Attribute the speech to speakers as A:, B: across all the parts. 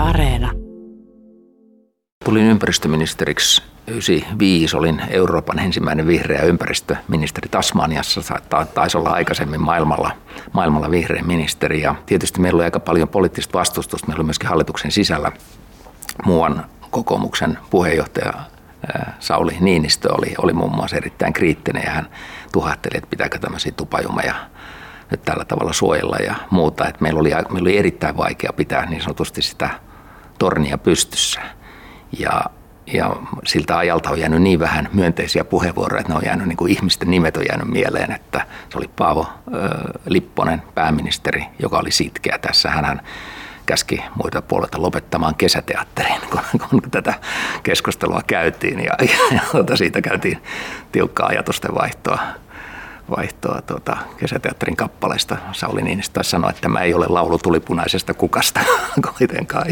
A: Areena.
B: Tulin ympäristöministeriksi 1995, olin Euroopan ensimmäinen vihreä ympäristöministeri Tasmaniassa. Taisi olla aikaisemmin maailmalla vihreä ministeri. Ja tietysti meillä oli aika paljon poliittista vastustusta. Meillä oli myöskin hallituksen sisällä muuan kokoomuksen puheenjohtaja Sauli Niinistö oli muun muassa erittäin kriittinen ja hän tuhahteli, että pitääkö tämmöisiä tupajumeja nyt tällä tavalla suojella ja muuta. Että meillä oli erittäin vaikea pitää niin sanotusti sitä tornia pystyssä. Ja siltä ajalta on jäänyt niin vähän myönteisiä puheenvuoroja, että ne on jäänyt, niin kuin ihmisten nimet on jäänyt mieleen, että se oli Paavo Lipponen, pääministeri, joka oli sitkeä tässä. Hänhän käski muita puolelta lopettamaan kesäteatterin, kun tätä keskustelua käytiin ja siitä käytiin tiukkaa ajatusten vaihtoa kesäteatterin kappaleista. Sauli Niinistö taisi sanoa, että tämä ei ole laulu tulipunaisesta kukasta kuitenkaan.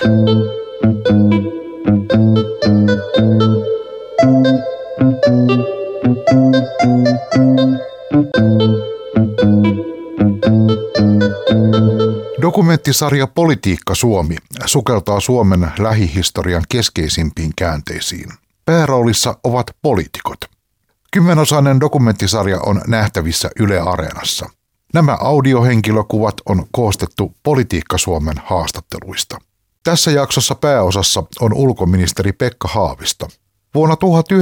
C: Dokumenttisarja Politiikka Suomi sukeltaa Suomen lähihistorian keskeisimpiin käänteisiin. Pääroolissa ovat poliitikot. 10-osainen dokumenttisarja on nähtävissä Yle Areenassa. Nämä audiohenkilökuvat on koostettu Politiikka Suomen haastatteluista. Tässä jaksossa pääosassa on ulkoministeri Pekka Haavisto. Vuonna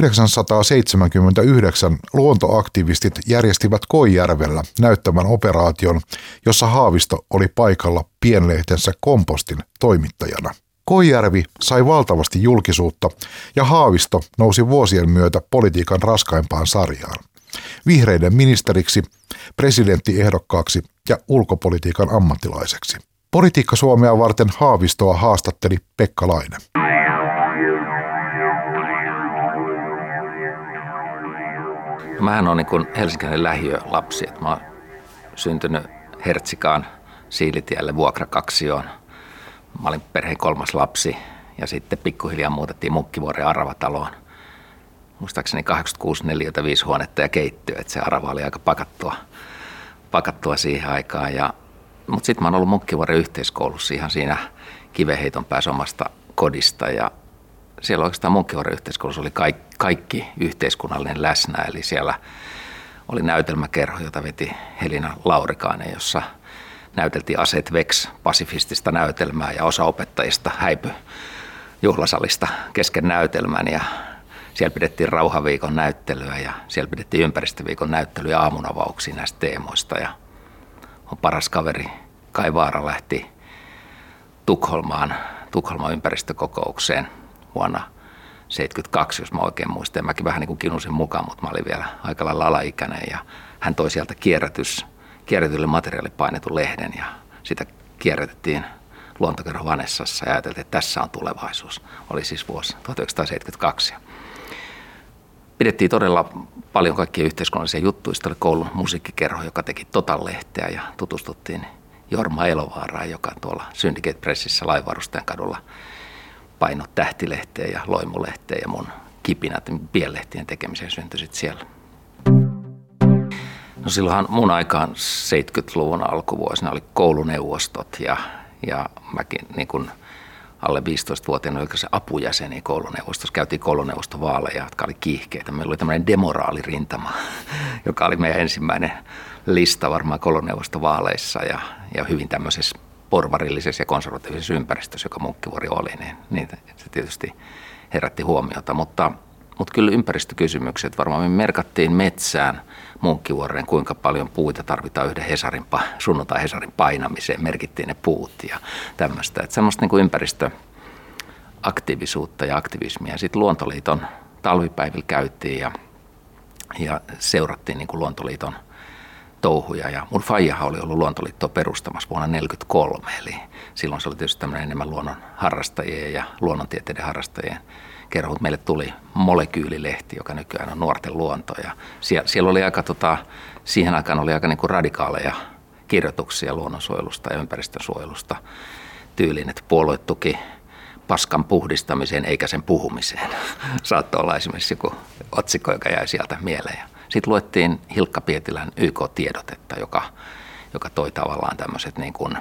C: 1979 luontoaktivistit järjestivät Koijärvellä näyttävän operaation, jossa Haavisto oli paikalla pienlehtensä Kompostin toimittajana. Koijärvi sai valtavasti julkisuutta ja Haavisto nousi vuosien myötä politiikan raskaimpaan sarjaan. Vihreiden ministeriksi, presidenttiehdokkaaksi ja ulkopolitiikan ammattilaiseksi. Politiikka Suomea varten Haavistoa haastatteli Pekka Laine.
B: Mähän olen niin helsinkiläinen lähiölapsi. Mä oon syntynyt Hertsikaan Siilitielle vuokrakaksioon. Mä olin perheen 3. lapsi ja sitten pikkuhiljaa muutettiin Munkkivuoren Aravataloon. Muistaakseni 86 neliötä 5 huonetta ja keittiö, että se Arava oli aika pakattua siihen aikaan. Mutta sitten mä oon ollut Munkkivuoren yhteiskoulussa ihan siinä kivenheiton päässä omasta kodista ja siellä oikeastaan Munkkivuoren yhteiskoulussa oli kaikki yhteiskunnallinen läsnä, eli siellä oli näytelmäkerho, jota veti Helina Laurikainen, jossa näyteltiin Aseet Vex -pasifistista näytelmää ja osa opettajista häipyi juhlasalista kesken näytelmän ja siellä pidettiin Rauhaviikon näyttelyä ja siellä pidettiin Ympäristöviikon näyttelyä aamunavauksia näistä teemoista ja mun paras kaveri Kai Vaara lähti Tukholmaan ympäristökokoukseen vuonna 1972, jos mä oikein muistan. Mäkin vähän niin kuin kinusin mukaan, mutta mä olin vielä aika lailla alaikäinen ja hän toi sieltä kierrätylle materiaali painetun lehden ja sitä kierrätettiin Luontokerho Vanessassa ja ajateltiin, että tässä on tulevaisuus. Oli siis vuosi 1972. Pidettiin todella paljon kaikkia yhteiskunnallisia juttuja. Sitten oli koulun musiikkikerho, joka teki Total-lehteä ja tutustuttiin Jorma Elovaaraan, joka tuolla Syndicate Pressissä Lainvarustajan kadulla paino Tähtilehteen ja Loimulehteen ja mun kipinät pienlehtien tekemiseen syntyi sitten siellä. No silloinhan mun aikaan 70-luvun alkuvuosina oli kouluneuvostot ja mäkin niin kuin alle 15-vuotiaana oli se apujäseni kouluneuvostossa. Käytiin kouluneuvostovaaleja, jotka oli kiihkeitä. Meillä oli tämmöinen demoraalirintama, joka oli meidän ensimmäinen lista varmaan kouluneuvostovaaleissa ja hyvin tämmöisessä porvarillisessa ja konservatiivisessa ympäristössä, joka Munkkivuori oli, niin se tietysti herätti huomiota. Mutta kyllä ympäristökysymykset, varmaan me merkattiin metsään Munkkivuoreen, kuinka paljon puita tarvitaan yhden sunnuntai-Hesarin painamiseen, merkittiin ne puut ja tämmöistä. Että semmoista niin kuin ympäristöaktiivisuutta ja aktivismia. Sitten Luontoliiton talvipäivillä käytiin ja seurattiin niin kuin Luontoliiton touhuja. Ja mun faijahan oli ollut Luontoliittoa perustamassa vuonna 1943, eli silloin se oli tietysti tämmöinen enemmän luonnon harrastajien ja luonnontieteiden harrastajien kerho. Meille tuli Molekyylilehti, joka nykyään on Nuorten luonto. Ja siellä oli siihen aikaan oli aika niin kuin radikaaleja kirjoituksia luonnonsuojelusta ja ympäristönsuojelusta tyyliin, että puolue tuki paskan puhdistamiseen eikä sen puhumiseen. Saattoi olla esimerkiksi joku otsikko, joka jäi sieltä mieleen. Sitten luettiin Hilkka Pietilän YK-tiedotetta, joka toi tavallaan tämmöiset niin kuin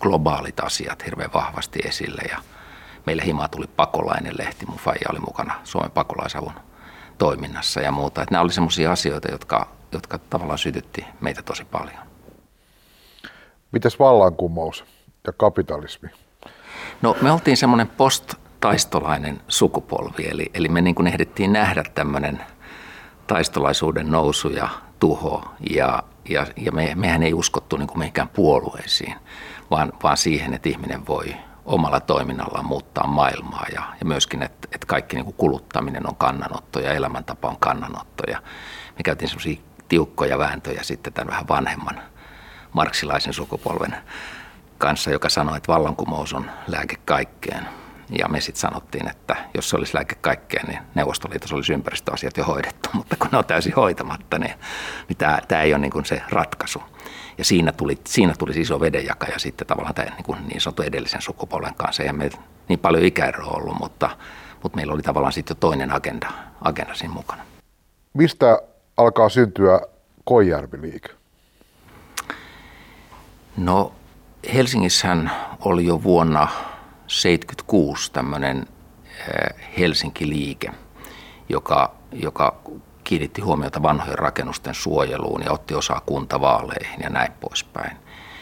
B: globaalit asiat hirveän vahvasti esille ja meille himaa tuli Pakolainen-lehti, mun faija oli mukana Suomen pakolaisavun toiminnassa ja muuta. Että nämä oli semmoisia asioita, jotka tavallaan sytytti meitä tosi paljon.
C: Mites vallankumous ja kapitalismi?
B: No me oltiin semmoinen post-taistolainen sukupolvi, eli me niin kuin ehdittiin nähdä tämmöinen taistolaisuuden nousu ja tuho ja mehän ei uskottu niin kuin mihinkään puolueisiin, vaan siihen, että ihminen voi omalla toiminnallaan muuttaa maailmaa ja myöskin, että kaikki niin kuin kuluttaminen on kannanotto ja elämäntapa on kannanotto. Ja me käytiin semmoisia tiukkoja vääntöjä sitten tämän vähän vanhemman marksilaisen sukupolven kanssa, joka sanoi, että vallankumous on lääke kaikkeen. Ja me sitten sanottiin, että jos se olisi lääke kaikkeen, niin Neuvostoliitossa olisi ympäristöasiat jo hoidettu, mutta kun ne on täysin hoitamatta, niin tämä ei ole niin kuin se ratkaisu. Ja siinä tuli iso vedenjakaja sitten tavallaan tämän niin sanotun edellisen sukupolven kanssa. Eihän meillä niin paljon ikäeroa ollut, mutta meillä oli tavallaan sitten jo toinen agenda siinä mukana.
C: Mistä alkaa syntyä Koijärvi-liike?
B: No Helsingissähän oli jo vuonna 1976 tämmöinen Helsinki-liike, joka kiinnitti huomiota vanhojen rakennusten suojeluun ja otti osaa kuntavaaleihin ja näin poispäin.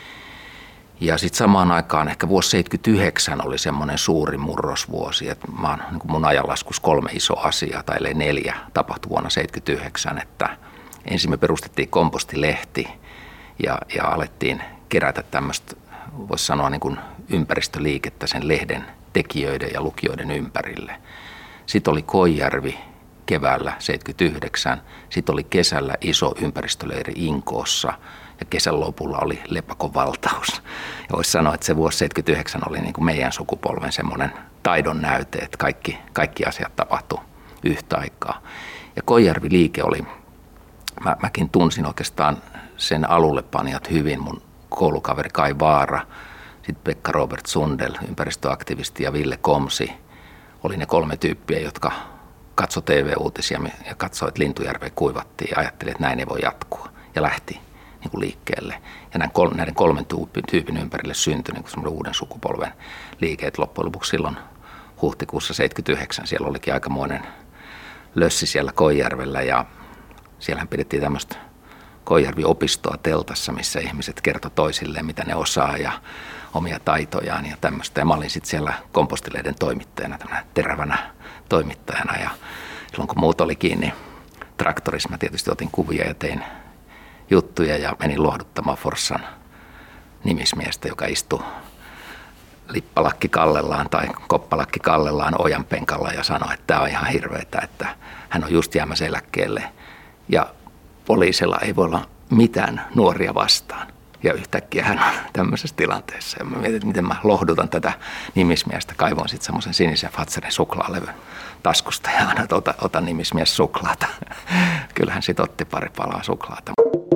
B: Ja sitten samaan aikaan ehkä vuosi 1979 oli semmoinen suuri murrosvuosi, että niin mun ajanlaskus 3 isoa asiaa tai ellei 4 tapahtui vuonna 1979, että ensin me perustettiin kompostilehti ja alettiin kerätä tämmöistä, voisi sanoa niin kuin ympäristöliikettä sen lehden tekijöiden ja lukijoiden ympärille. Sitten oli Koijärvi keväällä 1979, sitten oli kesällä iso ympäristöleiri Inkoossa ja kesän lopulla oli Lepakon valtaus. Ja voisi sanoa, että se vuosi 1979 oli niin kuin meidän sukupolven semmoinen taidon näyte, että kaikki asiat tapahtui yhtä aikaa. Ja Koijärvi-liike oli, mäkin tunsin oikeastaan sen alullepanijat hyvin, mun koulukaveri Kai Vaara, sitten Pekka Robert Sundell, ympäristöaktivisti ja Ville Komsi, oli ne 3 tyyppiä, jotka katsoi TV-uutisia ja katsoi, että Lintujärveä kuivattiin ja ajatteli, että näin ei voi jatkua ja lähti niin kuin liikkeelle. Ja näiden 3 tyypin ympärille syntyi niin kuin semmoinen uuden sukupolven liike, että loppujen lopuksi silloin huhtikuussa 1979 siellä olikin aikamoinen lössi siellä Koijärvellä ja siellähän pidettiin tämmöistä Koijärvi-opistoa teltassa, missä ihmiset kertoi toisilleen, mitä ne osaa ja omia taitojaan ja tämmöistä. Ja mä olin sitten siellä kompostilehden toimittajana, terävänä toimittajana. Ja silloin kun muut oli kiinni traktorissa, mä tietysti otin kuvia ja tein juttuja ja menin lohduttamaan Forssan nimismiestä, joka istui lippalakki kallellaan tai koppalakki kallellaan ojanpenkalla ja sanoi, että tämä on ihan hirveetä, että hän on just jäämässä eläkkeelle. Ja poliisilla ei voi olla mitään nuoria vastaan. Ja yhtäkkiä hän on tämmöisessä tilanteessa. Ja mä mietin, että miten mä lohdutan tätä nimismiestä. Kaivoin sitten semmoisen sinisen Fatserin suklaalevyn taskusta ja aina, että ota nimismies suklaata. Kyllähän sit otti pari palaa suklaata.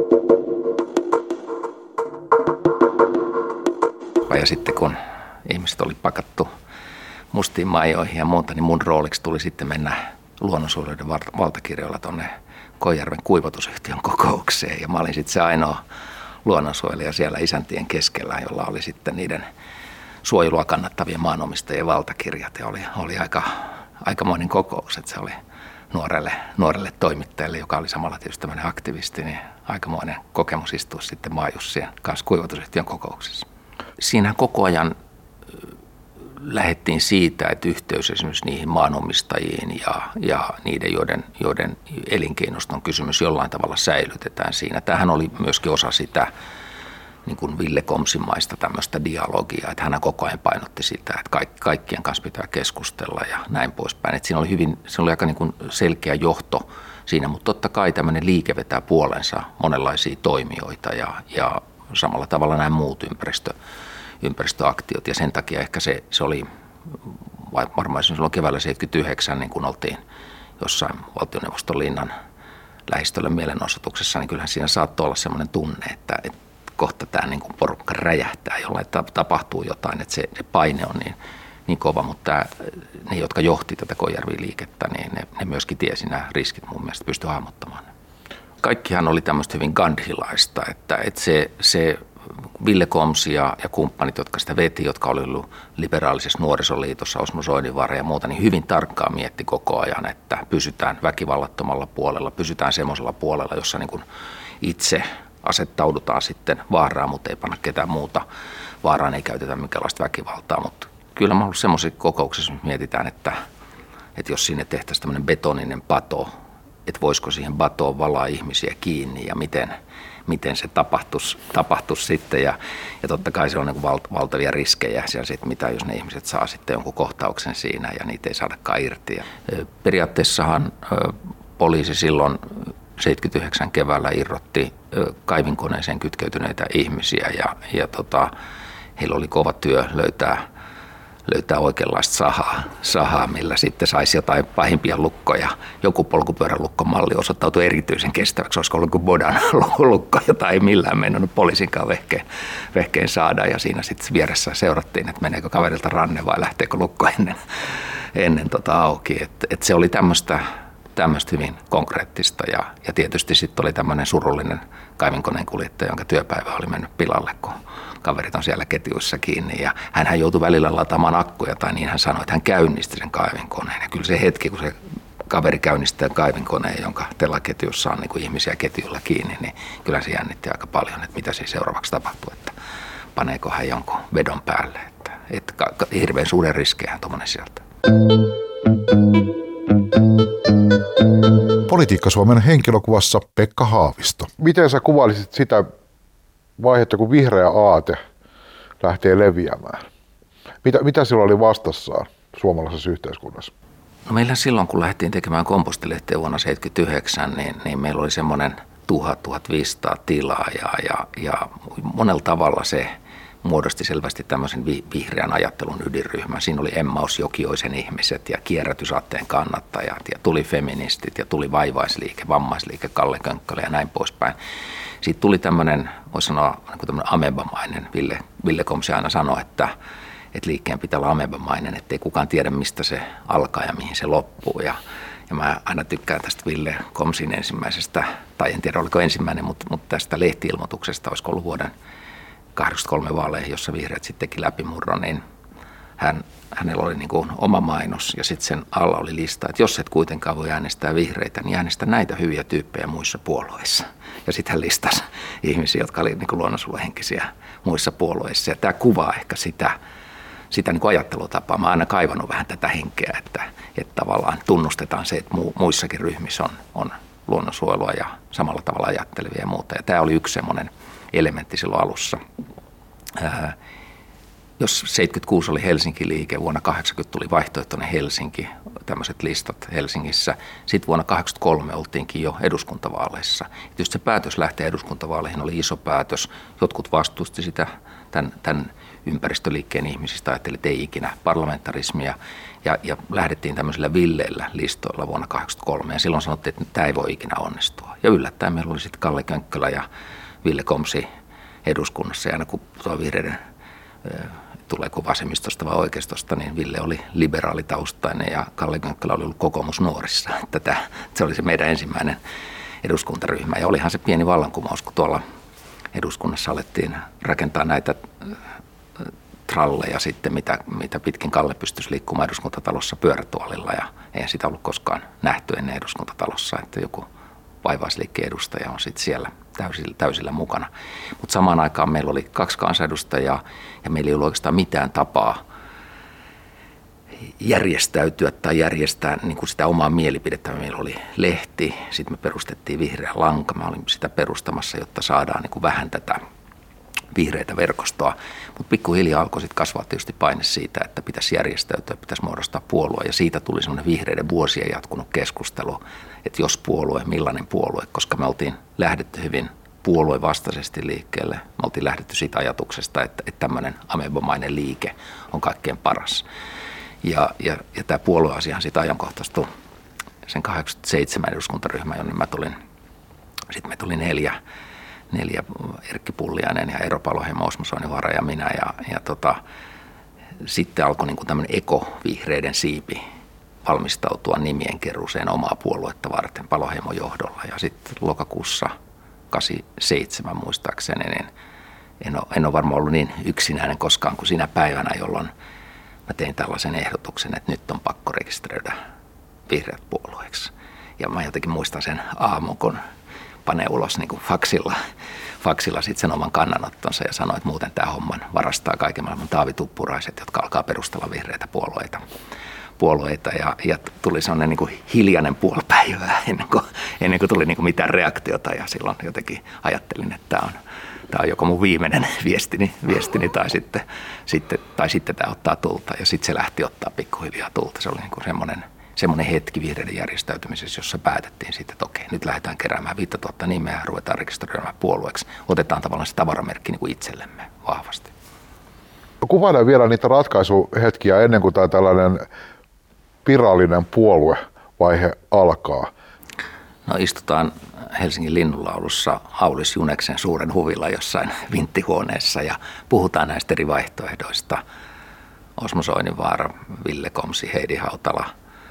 B: Ja sitten kun ihmiset oli pakattu mustiin maijoihin ja muuta, niin mun rooliksi tuli sitten mennä luonnonsuojelijoiden valtakirjoilla tuonne Koijärven kuivatusyhtiön kokoukseen. Ja mä olin sitten se ainoa luonnonsuojelija siellä isäntien keskellä, jolla oli sitten niiden suojelua kannattavien maanomistajien valtakirjat. Ja oli aikamoinen kokous, että se oli nuorelle toimittajalle, joka oli samalla tietysti tämmöinen aktivisti, niin aikamoinen kokemus istua sitten Maajussien kanssa kuivatusyhtiön kokouksessa. Siinähän koko ajan lähdettiin siitä, että yhteys esimerkiksi niihin maanomistajiin ja niiden, joiden elinkeinosta on kysymys, jollain tavalla säilytetään siinä. Tämähän oli myöskin osa sitä niin kuin Ville Komsimaista tämmöistä dialogia, että hän koko ajan painotti sitä, että kaikkien kanssa pitää keskustella ja näin poispäin. Että siinä oli aika niin kuin selkeä johto siinä, mutta totta kai tämmöinen liike vetää puolensa monenlaisia toimijoita ja samalla tavalla nämä muut ympäristöaktiot ja sen takia ehkä se oli varmaan silloin keväällä 1979, niin kun oltiin jossain valtioneuvoston linnan lähistöllä mielenosoituksessa, niin kyllähän siinä saattoi olla sellainen tunne, että kohta tämä niin kuin porukka räjähtää, jollain tapahtuu jotain, että se paine on niin kova, mutta ne, jotka johti tätä Koijärvi-liikettä, niin ne myöskin tiesi nämä riskit mun mielestä, pystyi hahmottamaan. Kaikkihan oli tämmöistä hyvin gandhilaista, että se Ville Koms ja kumppanit, jotka sitä veti, jotka oli ollut liberaalisessa nuorisoliitossa, Osmo Soininvaara ja muuta, niin hyvin tarkkaan mietti koko ajan, että pysytään väkivallattomalla puolella, pysytään semmoisella puolella, jossa niin kuin itse asettaudutaan sitten vaaraan, mutta ei panna ketään muuta vaaraan, ei käytetä minkäänlaista väkivaltaa. Mutta kyllä mä ollut semmoisessa kokouksessa, missä mietitään, että jos sinne tehtäisiin tämmöinen betoninen pato, että voisiko siihen patoon valaa ihmisiä kiinni ja miten se tapahtuisi sitten. Ja totta kai se on niin kuin valtavia riskejä siellä sitten, mitä jos ne ihmiset saa sitten jonkun kohtauksen siinä ja niitä ei saadakaan irti. Ja periaatteessahan poliisi silloin 79 keväällä irrotti kaivinkoneeseen kytkeytyneitä ihmisiä ja heillä oli kova työ löytää oikeanlaista sahaa, millä sitten saisi jotain pahimpia lukkoja. Joku polkupyörälukkomalli osoittautui erityisen kestäväksi, olisiko ollut kuin Bodan lukko, jota ei millään mennyt poliisinkaan vehkeen saada. Ja siinä sitten vieressä seurattiin, että meneekö kaverilta ranne vai lähteekö lukko ennen auki. Et se oli tämmöistä hyvin konkreettista ja tietysti sitten oli tämmöinen surullinen kaivinkoneen kuljettaja, jonka työpäivä oli mennyt pilalle, kun kaverit on siellä ketjuissa kiinni ja hän joutui välillä lataamaan akkuja tai niin hän sanoi, että hän käynnisti sen kaivinkoneen ja kyllä se hetki, kun se kaveri käynnistää kaivinkoneen, jonka telaketjussa on niin kuin ihmisiä ketjulla kiinni, niin kyllä se jännitti aika paljon, että mitä siinä seuraavaksi tapahtuu, että paneeko hän jonkun vedon päälle, että hirveän suuren riskejä tuommoinen sieltä.
C: Politiikka Suomen henkilökuvassa Pekka Haavisto. Miten sä kuvailisit sitä vaihetta, kun vihreä aate lähtee leviämään? Mitä silloin oli vastassaan suomalaisessa yhteiskunnassa?
B: No meillä silloin, kun lähdettiin tekemään kompostilehtiä vuonna 1979, niin meillä oli semmoinen 1000-1500 tilaa ja monella tavalla se muodosti selvästi tämmöisen vihreän ajattelun ydinryhmän. Siinä oli Emmaus Jokioisen ihmiset ja kierrätysaatteen kannattajat ja tuli feministit ja tuli vaivaisliike, vammaisliike, Kalle Könkkölä ja näin poispäin. Siitä tuli tämmöinen, voisi sanoa, niin tämmöinen amebamainen. Ville Komsi aina sanoi, että liikkeen pitää olla amebamainen, ettei kukaan tiedä, mistä se alkaa ja mihin se loppuu. Ja mä aina tykkään tästä Ville Komsin ensimmäisestä, tai en tiedä oliko ensimmäinen, mutta tästä lehti-ilmoituksesta, olisiko ollut vuoden 1983 vaaleihin, jossa vihreät sitten teki läpimurron, niin hänellä oli niin kuin oma mainos ja sitten sen alla oli lista, että jos et kuitenkaan voi äänestää vihreitä, niin äänestä näitä hyviä tyyppejä muissa puolueissa. Ja sitten hän listasi ihmisiä, jotka oli niin kuin luonnonsuojeluhenkisiä muissa puolueissa. Ja tämä kuvaa ehkä sitä niin kuin ajattelutapaa. Mä oon aina kaivannut vähän tätä henkeä, että tavallaan tunnustetaan se, että muissakin ryhmissä on luonnonsuojelua ja samalla tavalla ajattelevia ja muuta. Ja tämä oli yksi semmoinen elementti silloin alussa. Jos 76 oli Helsinki-liike, vuonna 80 tuli vaihtoehtoinen Helsinki, tämmöiset listat Helsingissä. Sitten vuonna 83 oltiinkin jo eduskuntavaaleissa. Tietysti se päätös lähteä eduskuntavaaleihin oli iso päätös. Jotkut vastusti sitä, tämän ympäristöliikkeen ihmisistä ajatteli, että ei ikinä parlamentarismia. Ja lähdettiin tämmöisillä villeillä listoilla vuonna 83 ja silloin sanottiin, että tämä ei voi ikinä onnistua. Ja yllättäen meillä oli sitten Kalle Könkkölä ja Ville Komsi eduskunnassa ja aina kun tuo vihreiden tuleeko vasemmistosta vai oikeistosta, niin Ville oli liberaalitaustainen ja Kalle Könkkölä oli ollut kokoomusnuorissa. Se oli se meidän ensimmäinen eduskuntaryhmä ja olihan se pieni vallankumous, kun tuolla eduskunnassa alettiin rakentaa näitä tralleja sitten, mitä pitkin Kalle pystyisi liikkumaan eduskuntatalossa pyörätuolilla ja eihän sitä ollut koskaan nähty ennen eduskuntatalossa, että joku vaivaisliikkeen edustaja on sitten siellä täysillä mukana. Mutta samaan aikaan meillä oli 2 kansanedustajaa ja meillä ei ollut oikeastaan mitään tapaa järjestäytyä tai järjestää niin kuin sitä omaa mielipidettä. Meillä oli lehti, sitten me perustettiin Vihreä lanka. Mä olin sitä perustamassa, jotta saadaan niin kuin vähän tätä vihreitä verkostoa. Mutta pikkuhiljaa alkoi sitten kasvaa tietysti paine siitä, että pitäisi järjestäytyä, pitäisi muodostaa puolue. Ja siitä tuli semmoinen vihreiden vuosia jatkunut keskustelu, että jos puolue, millainen puolue, koska me oltiin lähdetty hyvin puoluevastaisesti liikkeelle. Me oltiin lähdetty siitä ajatuksesta, että tämmöinen amebamainen liike on kaikkein paras. Ja tämä puolueasiahan siitä ajankohtaistui sen 87 eduskuntaryhmä, jonne mä tulin. Sitten me tuli neljä Erkki Pulliainen ja Eero Paloheimo, Osmo Soininvaara ja minä. Sitten alkoi niin kuin tämmöinen ekovihreiden siipi valmistautua nimien keruuseen omaa puoluetta varten Paloheimon johdolla. Ja sitten lokakuussa 87 muistaakseni, niin en ole varmaan ollut niin yksinäinen koskaan kuin sinä päivänä, jolloin mä tein tällaisen ehdotuksen, että nyt on pakko rekisteröidä vihreät puolueeksi. Ja mä jotenkin muistan sen aamun, kun panee ulos niin kuin faksilla sit sen oman kannanottonsa ja sanoi, että muuten tämä homman varastaa kaiken maailman taavituppuraiset, jotka alkaa perustella vihreitä puolueita ja tuli sellainen niin kuin hiljainen puoli päivää ennen kuin tuli niin kuin mitään reaktiota ja silloin jotenkin ajattelin, että tämä on joko mun viimeinen viestini tai sitten tämä ottaa tulta ja sitten se lähti ottaa pikkuhiljaa tulta. Se oli niin kuin semmoinen hetki vihreiden järjestäytymisessä, jossa päätettiin siitä, että okei, nyt lähdetään keräämään 5000 nimeä ja ruvetaan rekisteröimään puolueeksi. Otetaan tavallaan se tavaramerkki niin kuin itsellemme vahvasti.
C: Kuvaillaan vielä niitä ratkaisuhetkiä ennen kuin tämä tällainen virallinen puoluevaihe alkaa.
B: No istutaan Helsingin linnunlaulussa Aulis Juneksen suuren huvilla jossain vinttihuoneessa ja puhutaan näistä eri vaihtoehdoista. Osmo Soininvaara, Ville Komsi, Heidi Hautala,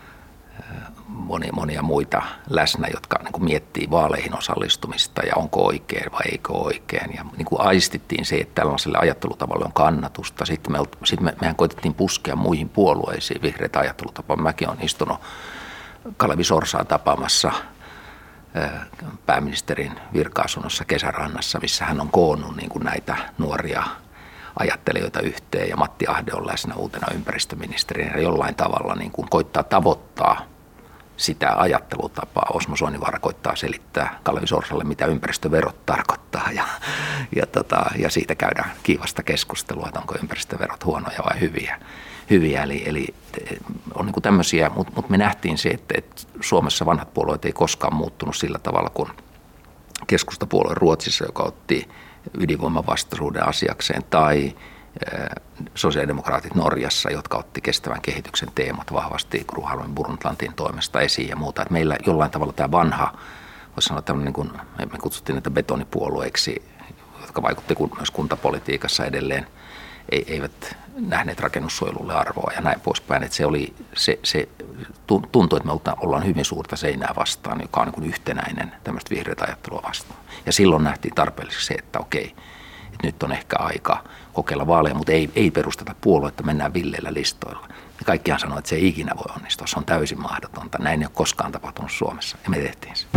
B: monia muita läsnä, jotka niin kuin miettii vaaleihin osallistumista ja onko oikein vai eikö oikein. Ja niin kuin aistittiin se, että tällaiselle ajattelutavalle on kannatusta. Sitten mehän koitettiin puskea muihin puolueisiin vihreitä ajattelutapaa. Mäkin olen istunut Kalevi Sorsaa tapaamassa pääministerin virka-asunnossa Kesärannassa, missä hän on koonnut niin kuin näitä nuoria ajattelijoita yhteen ja Matti Ahde on läsnä uutena ympäristöministerinä ja jollain tavalla niin kuin koittaa tavoittaa sitä ajattelutapaa. Osmo Soininvaara koittaa selittää Kalevi Sorsalle, mitä ympäristöverot tarkoittaa ja siitä käydään kiivasta keskustelua, että onko ympäristöverot huonoja vai hyviä. Eli on niin kuin tämmöisiä, mutta me nähtiin se, että Suomessa vanhat puolueet ei koskaan muuttunut sillä tavalla kuin keskustapuolue Ruotsissa, joka otti ydinvoiman vastaisuuden asiakseen, tai sosiaalidemokraatit Norjassa, jotka otti kestävän kehityksen teemat vahvasti Gro Harlem Brundtlandin toimesta esiin ja muuta. Että meillä jollain tavalla tämä vanha, voisi sanoa tämmöinen, niin kuin me kutsuttiin näitä betonipuolueiksi, jotka vaikutti myös kuntapolitiikassa edelleen, eivät nähneet rakennussuojelulle arvoa ja näin poispäin. Että se tuntui, että me ollaan hyvin suurta seinää vastaan, joka on niin kuin yhtenäinen tämmöistä vihreätä ajattelua vastaan. Ja silloin nähtiin tarpeelliseksi se, että okei, että nyt on ehkä aika kokeilla vaaleja, mutta ei perusteta puoluetta, mennään villeillä listoilla. Ja kaikkihan sanoo, että se ei ikinä voi onnistua, se on täysin mahdotonta. Näin ei ole koskaan tapahtunut Suomessa ja me tehtiin se.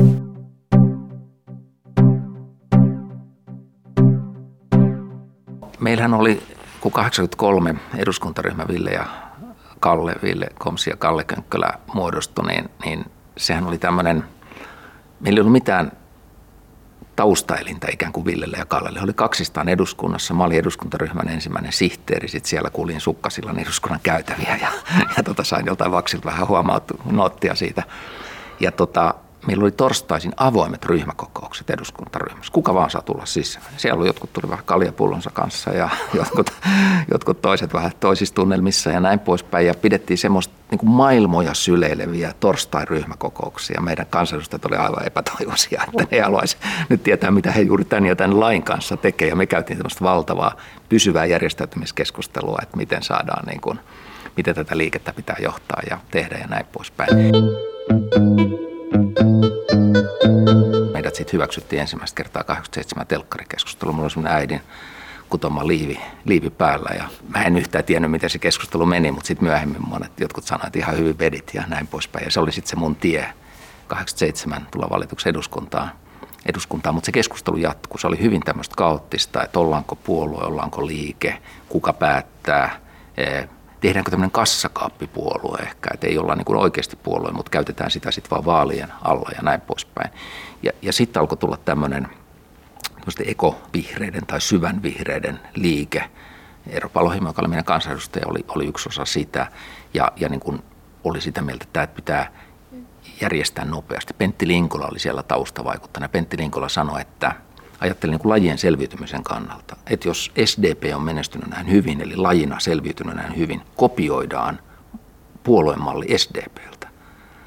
B: Meillähän oli, kun 83 eduskuntaryhmä Ville Komsi ja Kalle Könkkölä muodostui, niin sehän oli tämmöinen, meillä ei ollut mitään taustaelintä ikään kuin Villelle ja Kallelle. He oli kaksistaan eduskunnassa. Mä olin eduskuntaryhmän ensimmäinen sihteeri. Sitten siellä kuulin Sukkasillan eduskunnan käytäviä ja sain joltain vaksilta vähän noottia siitä. Ja meillä oli torstaisin avoimet ryhmäkokoukset eduskuntaryhmässä. Kuka vaan saa tulla sisään. Siellä jotkut tuli vähän kaljapullonsa kanssa ja jotkut toiset vähän toisissa tunnelmissa ja näin poispäin. Ja pidettiin semmoista niin kuin maailmoja syleileviä torstai-ryhmäkokouksia. Meidän kansanedustajat oli aivan epätoivoisia, että ne haluaisi nyt tietää, mitä he juuri tämän ja tämän lain kanssa tekee. Ja me käytiin semmoista valtavaa pysyvää järjestäytymiskeskustelua, että miten saadaan, niin kuin, miten tätä liikettä pitää johtaa ja tehdä ja näin poispäin. Meidät sitten hyväksyttiin ensimmäistä kertaa 87 telkkarikeskustelu. Mulla oli semmoinen äidin kutoma liivi päällä ja mä en yhtään tiennyt, miten se keskustelu meni, mutta sitten myöhemmin monet jotkut sanoivat, että ihan hyvin vedit ja näin poispäin. Ja se oli sitten se mun tie 87 tulla valituksi eduskuntaan, mutta se keskustelu jatkui. Se oli hyvin tämmöistä kaoottista, että ollaanko puolue, ollaanko liike, kuka päättää, tehdäänkö tämmöinen kassakaappipuolue ehkä, että ei olla niin kuin oikeasti puolue, mutta käytetään sitä sitten vaan vaalien alla ja näin poispäin. Ja sitten alkoi tulla tämmöinen ekovihreiden tai syvän vihreiden liike. Eero Paloheimo, joka oli meidän kansanedustaja, oli yksi osa sitä ja niin kuin oli sitä mieltä, että tämä pitää järjestää nopeasti. Pentti Linkola oli siellä taustavaikuttajana. Pentti Linkola sanoi, että ajattelin niin kuin lajien selviytymisen kannalta, että jos SDP on menestynyt näin hyvin, eli lajina selviytynyt näin hyvin, kopioidaan puoluemalli SDPltä.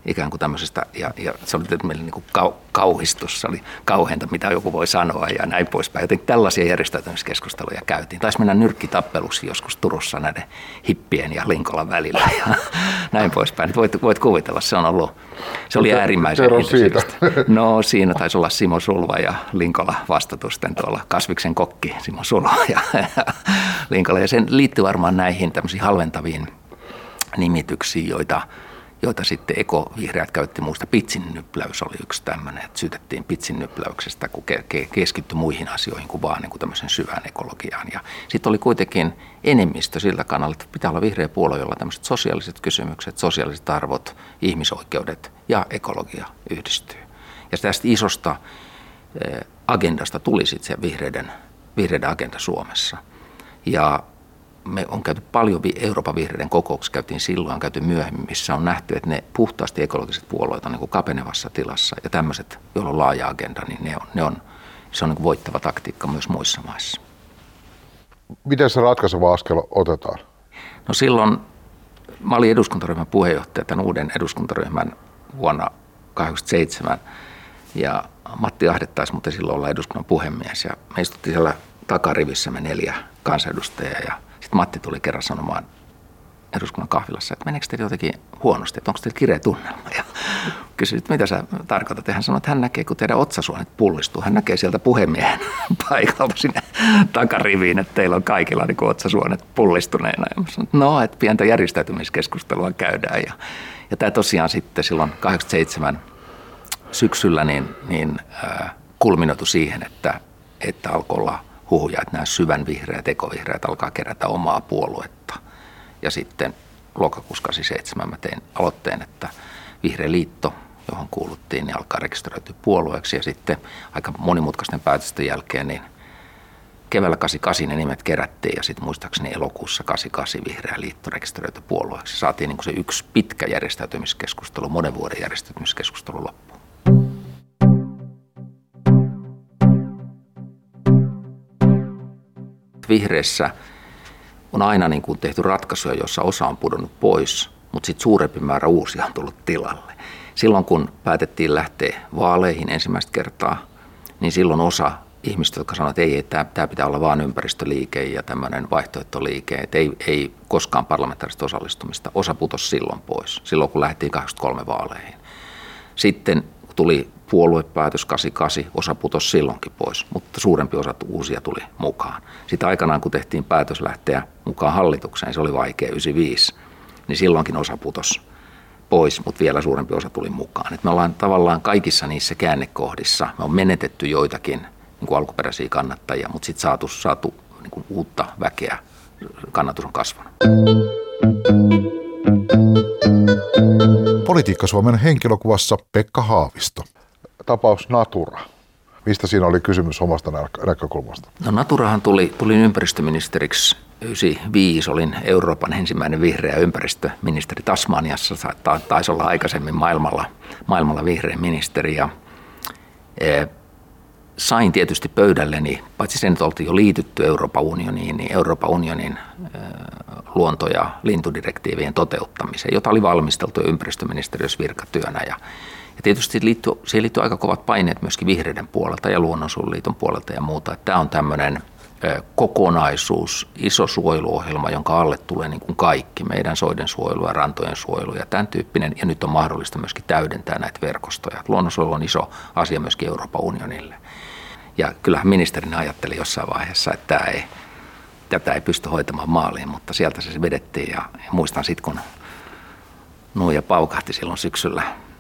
B: ikään kuin tämmöisestä, ja se oli meille niin kuin kauhistus, se oli kauheinta, mitä joku voi sanoa ja näin poispäin. Joten tällaisia järjestäytymiskeskusteluja käytiin. Taisi mennä nyrkkitappeluksi joskus Turussa näiden hippien ja Linkolan välillä ja näin poispäin. Voit kuvitella, se oli äärimmäisen intensiivistä. No siinä taisi olla Simo Sulva ja Linkola vastatusten tuolla Kasviksen kokki, Simo Sulva ja Linkola. Ja sen liittyy varmaan näihin tämmöisiin halventaviin nimityksiin, joita sitten ekovihreät käytti muusta. Pitsinnypläys oli yksi tämmöinen, että syytettiin pitsinnypläyksestä, kun keskittyi muihin asioihin kuin vaan niin kuin tämmöisen syvään ekologiaan. Ja sitten oli kuitenkin enemmistö siltä kannalta, että pitää olla vihreä puolue, jolla tämmöiset sosiaaliset kysymykset, sosiaaliset arvot, ihmisoikeudet ja ekologia yhdistyy. Ja tästä isosta agendasta tuli sitten se vihreiden agenda Suomessa. Ja me on käyty paljon Euroopan vihreiden kokouksissa, käytiin silloin, on käyty myöhemmin, missä on nähty, että ne puhtaasti ekologiset puolueet on niin kuin kapenevassa tilassa ja tämmöiset, joilla on laaja agenda, niin se on niin kuin voittava taktiikka myös muissa maissa.
C: Miten se ratkaiseva askel otetaan?
B: No silloin mä olin eduskuntaryhmän puheenjohtaja tämän uuden eduskuntaryhmän vuonna 1987 ja Matti Ahde taisi muuten silloin olla eduskunnan puhemies ja me istuttiin siellä takarivissä me 4 kansanedustajaa ja sitten Matti tuli kerran sanomaan eduskunnan kahvilassa, että meneekö teille jotenkin huonosti, että onko teillä kireä tunnelma? Ja kysyin, että mitä sä tarkoitat? Ja hän sanoi, että hän näkee, kun teidän otsasuonet pullistuu. Hän näkee sieltä puhemiehen paikalta sinne takariviin, että teillä on kaikilla niin otsasuonet pullistuneena. Ja mä sanoin, että no, että pientä järjestäytymiskeskustelua käydään. Ja tämä tosiaan sitten silloin 87 syksyllä kulminoitui siihen, että alkoi olla huhuja, että nämä syvän vihreät, ekovihreät alkaa kerätä omaa puoluetta. Ja sitten lokakuussa 87 mä tein aloitteen, että Vihreä liitto, johon kuuluttiin, niin alkaa rekisteröityä puolueeksi. Ja sitten aika monimutkaisten päätösten jälkeen, niin keväällä 88 ne nimet kerättiin ja sitten muistaakseni elokuussa 88 Vihreä liitto rekisteröityi puolueeksi. Saatiin niin kuin se yksi pitkä järjestäytymiskeskustelu, monen vuoden järjestäytymiskeskustelu loppuun. Vihreissä on aina niin kuin tehty ratkaisuja, joissa osa on pudonnut pois, mutta sitten suurempi määrä uusia on tullut tilalle. Silloin kun päätettiin lähteä vaaleihin ensimmäistä kertaa, niin silloin osa ihmistä, jotka sanoivat, että tämä pitää olla vain ympäristöliike ja tämmöinen vaihtoehtoliike, että ei koskaan parlamentaarista osallistumista, osa putosi silloin pois, silloin kun lähdettiin 83 vaaleihin. Sitten tuli puoluepäätös 88, osa putosi silloinkin pois, mutta suurempi osa uusia tuli mukaan. Sitten aikanaan, kun tehtiin päätös lähteä mukaan hallitukseen, se oli vaikea 95, niin silloinkin osa putosi pois, mutta vielä suurempi osa tuli mukaan. Et me ollaan tavallaan kaikissa niissä käännekohdissa, me on menetetty joitakin niin kuin alkuperäisiä kannattajia, mutta sitten saatu niin kuin uutta väkeä, kannatus on kasvanut.
C: Politiikka Suomen henkilökuvassa Pekka Haavisto. Tapaus Natura. Mistä siinä oli kysymys omasta näkökulmasta?
B: No Naturahan tulin ympäristöministeriksi 1995. Olin Euroopan ensimmäinen vihreä ympäristöministeri Tasmaniassa. Taisi olla aikaisemmin maailmalla vihreä ministeri. Ja sain tietysti pöydälleni, paitsi sen, että oltiin jo liitytty Euroopan unioniin, niin Euroopan unionin luonto- ja lintudirektiivien toteuttamiseen, jota oli valmisteltu jo ympäristöministeriössä virkatyönä. Ja tietysti siihen liittyy aika kovat paineet myöskin vihreiden puolelta ja Luonnonsuojeluliiton puolelta ja muuta. Että tämä on tämmöinen kokonaisuus, iso suojeluohjelma, jonka alle tulee niin kuin kaikki, meidän soiden suojelu ja rantojen suojelu ja tämän tyyppinen. Ja nyt on mahdollista myöskin täydentää näitä verkostoja. Luonnonsuojelu on iso asia myöskin Euroopan unionille. Ja kyllähän ministerinä ajatteli jossain vaiheessa, että tätä ei pysty hoitamaan maaliin, mutta sieltä se vedettiin. Ja muistan sitten, kun nuija paukahti silloin syksyllä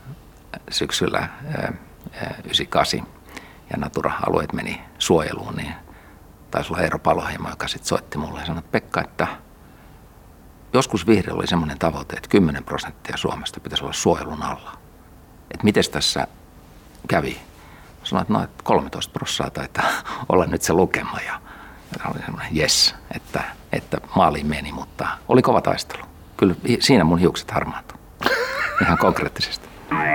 B: 98 ja Natura-alueet meni suojeluun, niin taisi olla Eero Paloheimo, joka sitten soitti mulle ja sanoi, että Pekka, että joskus vihreillä oli semmoinen tavoite, että 10% Suomesta pitäisi olla suojelun alla. Että miten tässä kävi? Sanoin, että 13% taitaa olla nyt se lukema ja oli semmoinen yes, että maaliin meni, mutta oli kova taistelu. Kyllä siinä mun hiukset harmaantui ihan konkreettisesti.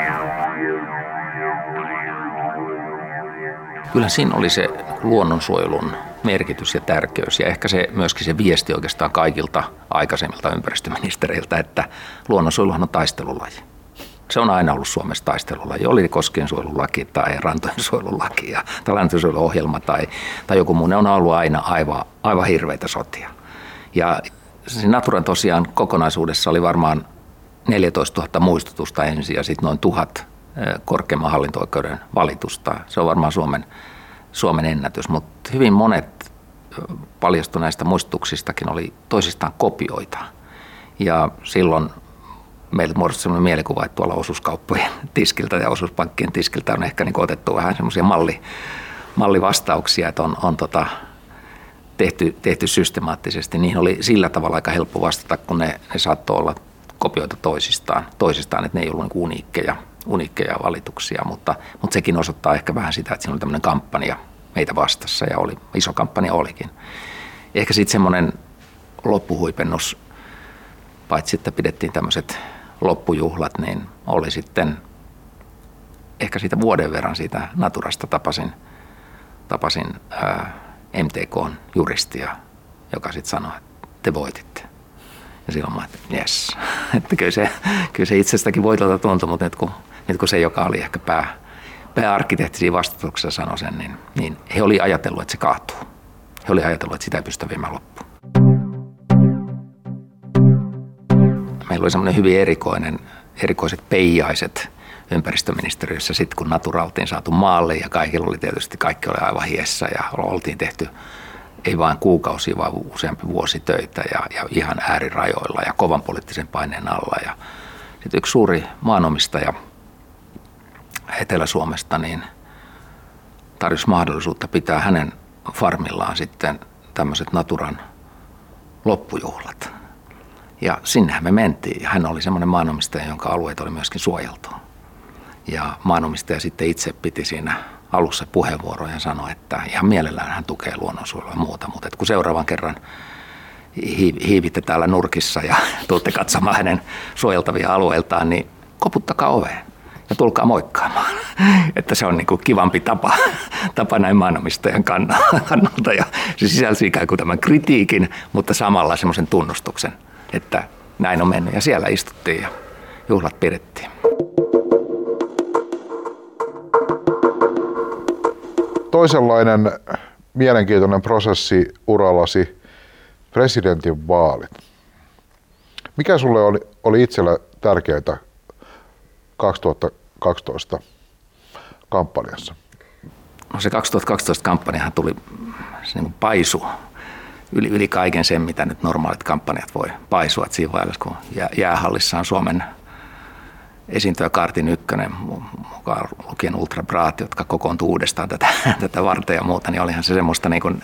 B: Kyllä siinä oli se luonnonsuojelun merkitys ja tärkeys ja ehkä se myöskin se viesti oikeastaan kaikilta aikaisemmilta ympäristöministereiltä, että luonnonsuojeluhan on taistelulaji. se on aina ollut Suomessa taistelulaji. Oli koskiensuojelulaki tai rantojensuojelulaki tai lantojensuojeluohjelma tai joku muu. Ne on ollut aina aivan hirveitä sotia. Ja Naturan tosiaan kokonaisuudessa oli varmaan 14 000 muistutusta ensin ja sitten noin 1000 korkeimman hallinto-oikeuden valitusta. Se on varmaan Suomen ennätys, mutta hyvin monet paljastui näistä muistutuksistakin oli toisistaan kopioita. Ja silloin meille muodostui sellainen mielikuva, että tuolla osuuskauppojen tiskiltä ja osuuspankkien tiskiltä on ehkä niin otettu vähän semmoisia mallivastauksia, että on tehty systemaattisesti. Niihin oli sillä tavalla aika helppo vastata, kun ne saattoi olla kopioita toisistaan, että ne ei ollut niin uniikkeja valituksia, mutta sekin osoittaa ehkä vähän sitä, että siinä oli tämmöinen kampanja meitä vastassa ja iso kampanja olikin. Ehkä sitten semmoinen loppuhuipennus, paitsi että pidettiin tämmöiset loppujuhlat, niin oli sitten ehkä siitä vuoden verran siitä Naturasta tapasin MTK:n juristia, joka sitten sanoi, että te voititte. Ja silloin mä ajattelin, jes, että kyllä se itsestäkin voitolta tuntui, mutta nyt kun se, joka oli ehkä pääarkkitehti siinä vastatuksessa sanoi sen, niin he oli ajatellut, että se kaatuu. He oli ajatellut, että sitä ei pystytä viemään loppuun. Meillä oli semmoinen hyvin erikoiset peijaiset ympäristöministeriössä sitten, kun Natura oltiin saatu maalle ja kaikki oli aivan hiessä ja oltiin tehty ei vain kuukausia, vaan useampi vuosi töitä ja ihan äärirajoilla ja kovan poliittisen paineen alla. Ja sitten yksi suuri maanomistaja Etelä-Suomesta niin tarjosi mahdollisuutta pitää hänen farmillaan sitten tämmöiset Naturan loppujuhlat. Ja sinnehän me mentiin. Hän oli semmoinen maanomistaja, jonka alueet oli myöskin suojeltu. Ja maanomistaja sitten itse piti siinä alussa puheenvuoroja ja sanoi, että ihan mielellään hän tukee luonnonsuojelua ja muuta. Mutta kun seuraavan kerran hiivitte täällä nurkissa ja tuutte katsomaan hänen suojeltavia alueiltaan, niin koputtakaa oveen ja tulkaa moikkaamaan. Että se on niin kuin kivampi tapa näin maanomistajan kannalta. Ja se sisälsi ikään kuin tämän kritiikin, mutta samalla semmoisen tunnustuksen, että näin on mennyt. Ja siellä istuttiin ja juhlat pidettiin.
C: Toisenlainen mielenkiintoinen prosessi urallasi, presidentin vaalit. Mikä sulle oli itsellä tärkeää 2012 kampanjassa?
B: No se 2012 kampanjahan tuli, se niin paisu yli kaiken sen, mitä nyt normaalit kampanjat voi paisua. Et siinä vaiheessa, kun jäähallissa on Suomen esiintyjä Kaartin ykkönen, mukaan lukien Ultra Braat, jotka kokoontuu uudestaan tätä varten ja muuta, niin olihan se semmoista niin kuin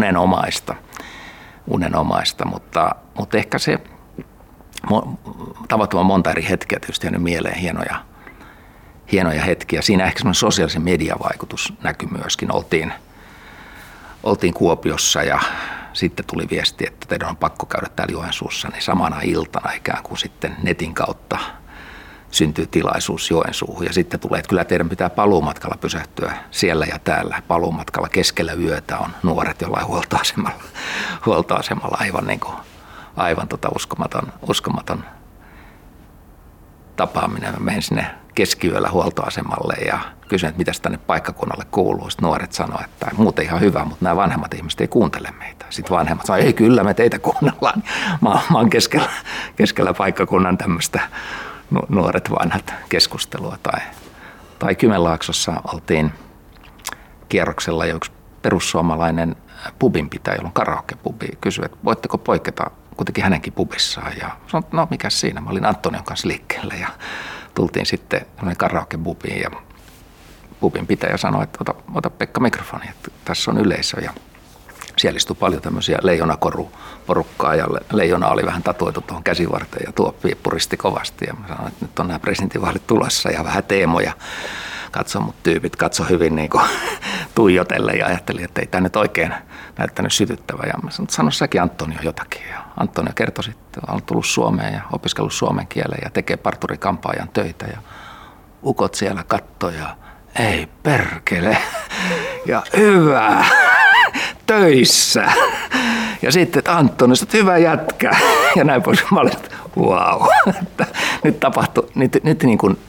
B: unenomaista, mutta ehkä se tavattoman monta eri hetkeä tietysti jäänyt mieleen hienoja hetkiä. Siinä ehkä semmoinen sosiaalisen median vaikutus näkyi myöskin. Oltiin Kuopiossa ja sitten tuli viesti, että teidän on pakko käydä täällä Joensuussa, niin samana iltana ikään kuin sitten netin kautta syntyy tilaisuus Joensuuhun. Ja sitten tulee, että kyllä teidän pitää paluumatkalla pysähtyä siellä ja täällä. Paluumatkalla keskellä yötä on nuoret jollain huoltoasemalla aivan uskomaton tapaaminen. Mä menen sinne keskiyöllä huoltoasemalle ja kysyn, että mitäs tänne paikkakunnalle kuuluu. Sitten nuoret sanoo, että muuten ihan hyvä, mutta nämä vanhemmat ihmiset ei kuuntele meitä. Sitten vanhemmat sanoo, ei kyllä me teitä kuunnellaan. Mä oon keskellä paikkakunnan tämmöistä nuoret vanhat keskustelua. Tai Kymenlaaksossa oltiin kierroksella ja yksi perussuomalainen pubinpitäjä, jolla on karaokepubi, kysyi, että voitteko poiketa kuitenkin hänenkin pubissaan. Ja sanoin, että no mikäs siinä, mä olin Antonion kanssa liikkeellä ja tultiin sitten karaokepubiin ja pubinpitäjä sanoi, että ota Pekka mikrofoni, että tässä on yleisö. Ja siellä istui paljon tämmöisiä leijonakoruporukkaa ja leijona oli vähän tatuoitu tuohon käsivarteen ja tuoppi puristi kovasti. Ja mä sanoin, että nyt on nämä presidentinvaalit tulossa ja vähän teemoja. Katso mut tyypit, katso hyvin niin kuin tuijotelle ja ajattelin, että ei tämä nyt oikein näyttänyt sytyttävä. Ja mä sanoin, että sano säkin Antonio jotakin. Ja Antonio kertoi sitten, että on tullut Suomeen ja opiskellut suomen kielen ja tekee parturikampaajan töitä. Ja ukot siellä kattoo ja ei perkele ja hyvä. Töissä. Ja sitten, että Antoni, sä oot hyvä jätkä. Ja näin pois. Mä olin, että vau. Nyt tapahtui, nyt niin kuin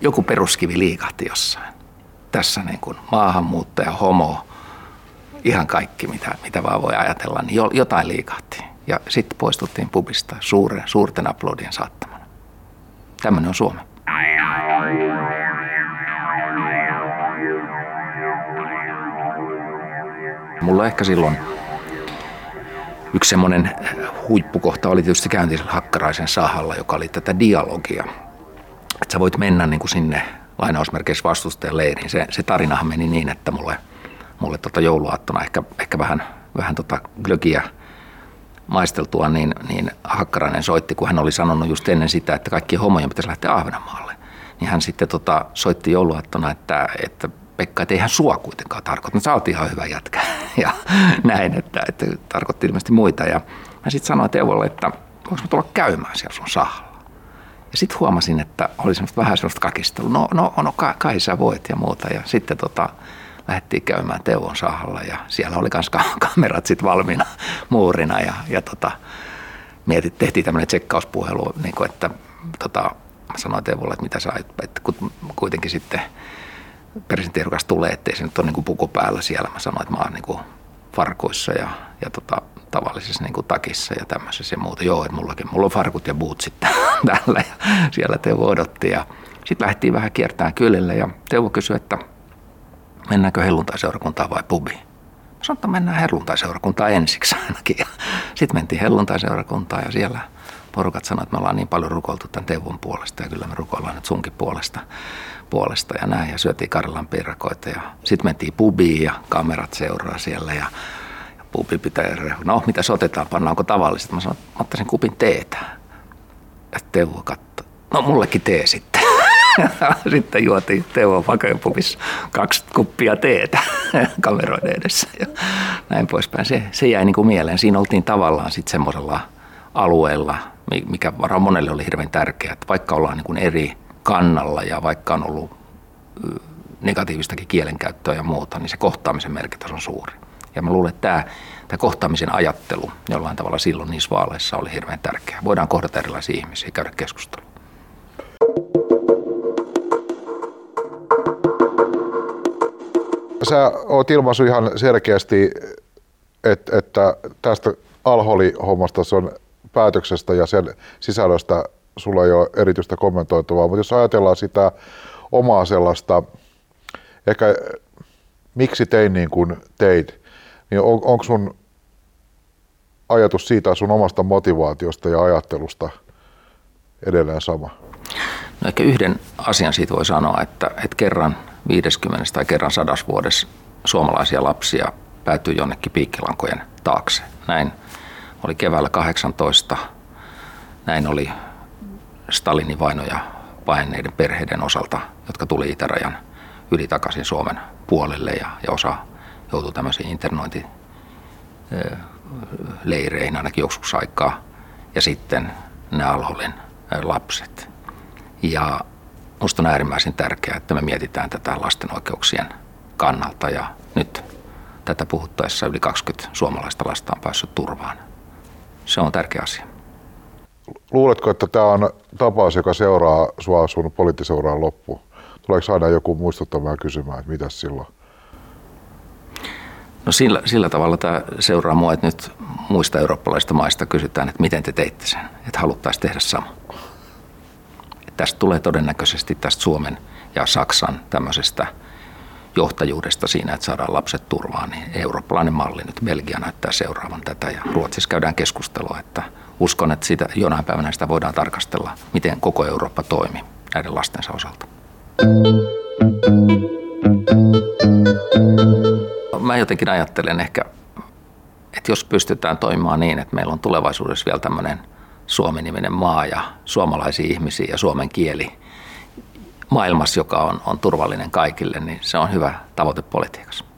B: joku peruskivi liikahti jossain. Tässä niin kuin maahanmuuttaja, homo, ihan kaikki mitä vaan voi ajatella, niin jotain liikahti. Ja sitten poistuttiin pubista suurten aplodien saattamana. Tämmöinen on Suomi. Mulla ehkä silloin yksi semmoinen huippukohta oli tietysti käyntisellä Hakkaraisen sahalla, joka oli tätä dialogia. Että sä voit mennä niin kuin sinne lainausmerkeissä vastustajan leiriin. Se tarinahan meni niin, että mulle jouluaattona ehkä vähän glögiä maisteltua, niin Hakkarainen soitti, kun hän oli sanonut just ennen sitä, että kaikkien homojen pitäisi lähteä Ahvenanmaalle. Niin hän sitten soitti jouluaattona, että Pekka, että eihän sua kuitenkaan tarkoita. No, sä oot ihan hyvä jätkä. Ja näin, että tarkoitti ilmeisesti muita. Ja mä sitten sanoin Teuvolle, että voinko mä tulla käymään siellä sun sahalla. Ja sitten huomasin, että oli vähän semmoista kakistelua. No kai sä voit ja muuta. Ja sitten lähdettiin käymään Teuvon sahalla ja siellä oli myös kamerat sitten valmiina muurina. Ja tehtiin tämmöinen tsekkauspuhelu, niin kuin, että mä sanoin Teuvolle, että mitä sä ajat, että kuitenkin sitten presidenttiehdokas tulee, ettei se nyt ole niin kuin puku päällä siellä. Mä sanoin, että mä oon niin kuin farkuissa ja tavallisessa niin kuin takissa ja tämmöisessä ja muuta. Joo, että mulla on farkut ja bootsit täällä ja siellä Teuvo odotti. Ja sitten lähdettiin vähän kiertämään kylille ja Teuvo kysyi, että mennäänkö helluntaiseurakuntaan vai pubiin. Mä sanoin, että mennään helluntaiseurakuntaan ensiksi ainakin. Sitten mentiin helluntaiseurakuntaan ja siellä porukat sanoivat, että me ollaan niin paljon rukoiltu tämän Teuvon puolesta ja kyllä me rukoillaan nyt sunkin puolesta ja näin. Ja syötiin Karjalan piirakoita ja sitten mentiin pubiin ja kamerat seuraa siellä ja pubi pitää no mitä otetaan, pannaanko tavallisesti. Mä sanoin, että mä ottaisin kupin teetä. Ja Teuvo katsoi, no mullekin tee sitten. Sitten juotiin Teuvon Fakojen pubissa 2 kuppia teetä kameroiden edessä ja näin poispäin. Se jäi niin kuin mieleen. Siinä oltiin tavallaan sitten semmoisella alueella, mikä varmaan monelle oli hirveän tärkeää, että vaikka ollaan niin kuin eri kannalla ja vaikka on ollut negatiivistakin kielenkäyttöä ja muuta, niin se kohtaamisen merkitys on suuri. Ja mä luulen, että tämä kohtaamisen ajattelu jollain tavalla silloin niissä vaaleissa oli hirveän tärkeää. Voidaan kohdata erilaisia ihmisiä ja käydä keskustelua.
C: Sä oot ilmaisu ihan selkeästi, että tästä alkoholihommasta on päätöksestä ja sen sisällöstä sulla ei ole erityistä kommentoitavaa, mutta jos ajatellaan sitä omaa sellaista, ehkä miksi tein niin kuin teit, niin onko sun ajatus siitä sun omasta motivaatiosta ja ajattelusta edelleen sama?
B: No ehkä yhden asian siitä voi sanoa, että kerran 50 tai kerran 100 vuodessa suomalaisia lapsia päätyy jonnekin piikkilankojen taakse. Näin oli keväällä 18. Näin oli Stalinin vainoja paenneiden perheiden osalta, jotka tuli itärajan yli takaisin Suomen puolelle ja osa joutui tämmöisiin internointileireihin ainakin joskus aikaa. Ja sitten nämä Al-Holin lapset. Ja musta on äärimmäisen tärkeää, että me mietitään tätä lasten oikeuksien kannalta ja nyt tätä puhuttaessa yli 20 suomalaista lasta on päässyt turvaan. Se on tärkeä asia.
C: Luuletko, että tämä on tapaus, joka seuraa sua sun poliittisen uran loppuun? Tuleeko aina joku muistuttamaan ja kysymään, että mitäs silloin?
B: No sillä tavalla tämä seuraa mua, että nyt muista eurooppalaisista maista kysytään, että miten te teitte sen, että haluttaisiin tehdä sama. Tästä tulee todennäköisesti tästä Suomen ja Saksan tämmöisestä johtajuudesta siinä, että saadaan lapset turvaan, niin eurooppalainen malli nyt Belgia näyttää seuraavan tätä ja Ruotsissa käydään keskustelua, että uskon, että sitä jonain päivänä sitä voidaan tarkastella, miten koko Eurooppa toimii näiden lastensa osalta. Mä jotenkin ajattelen ehkä, että jos pystytään toimimaan niin, että meillä on tulevaisuudessa vielä tämmöinen Suomi-niminen maa ja suomalaisia ihmisiä ja suomen kieli maailmassa, joka on turvallinen kaikille, niin se on hyvä tavoite politiikassa.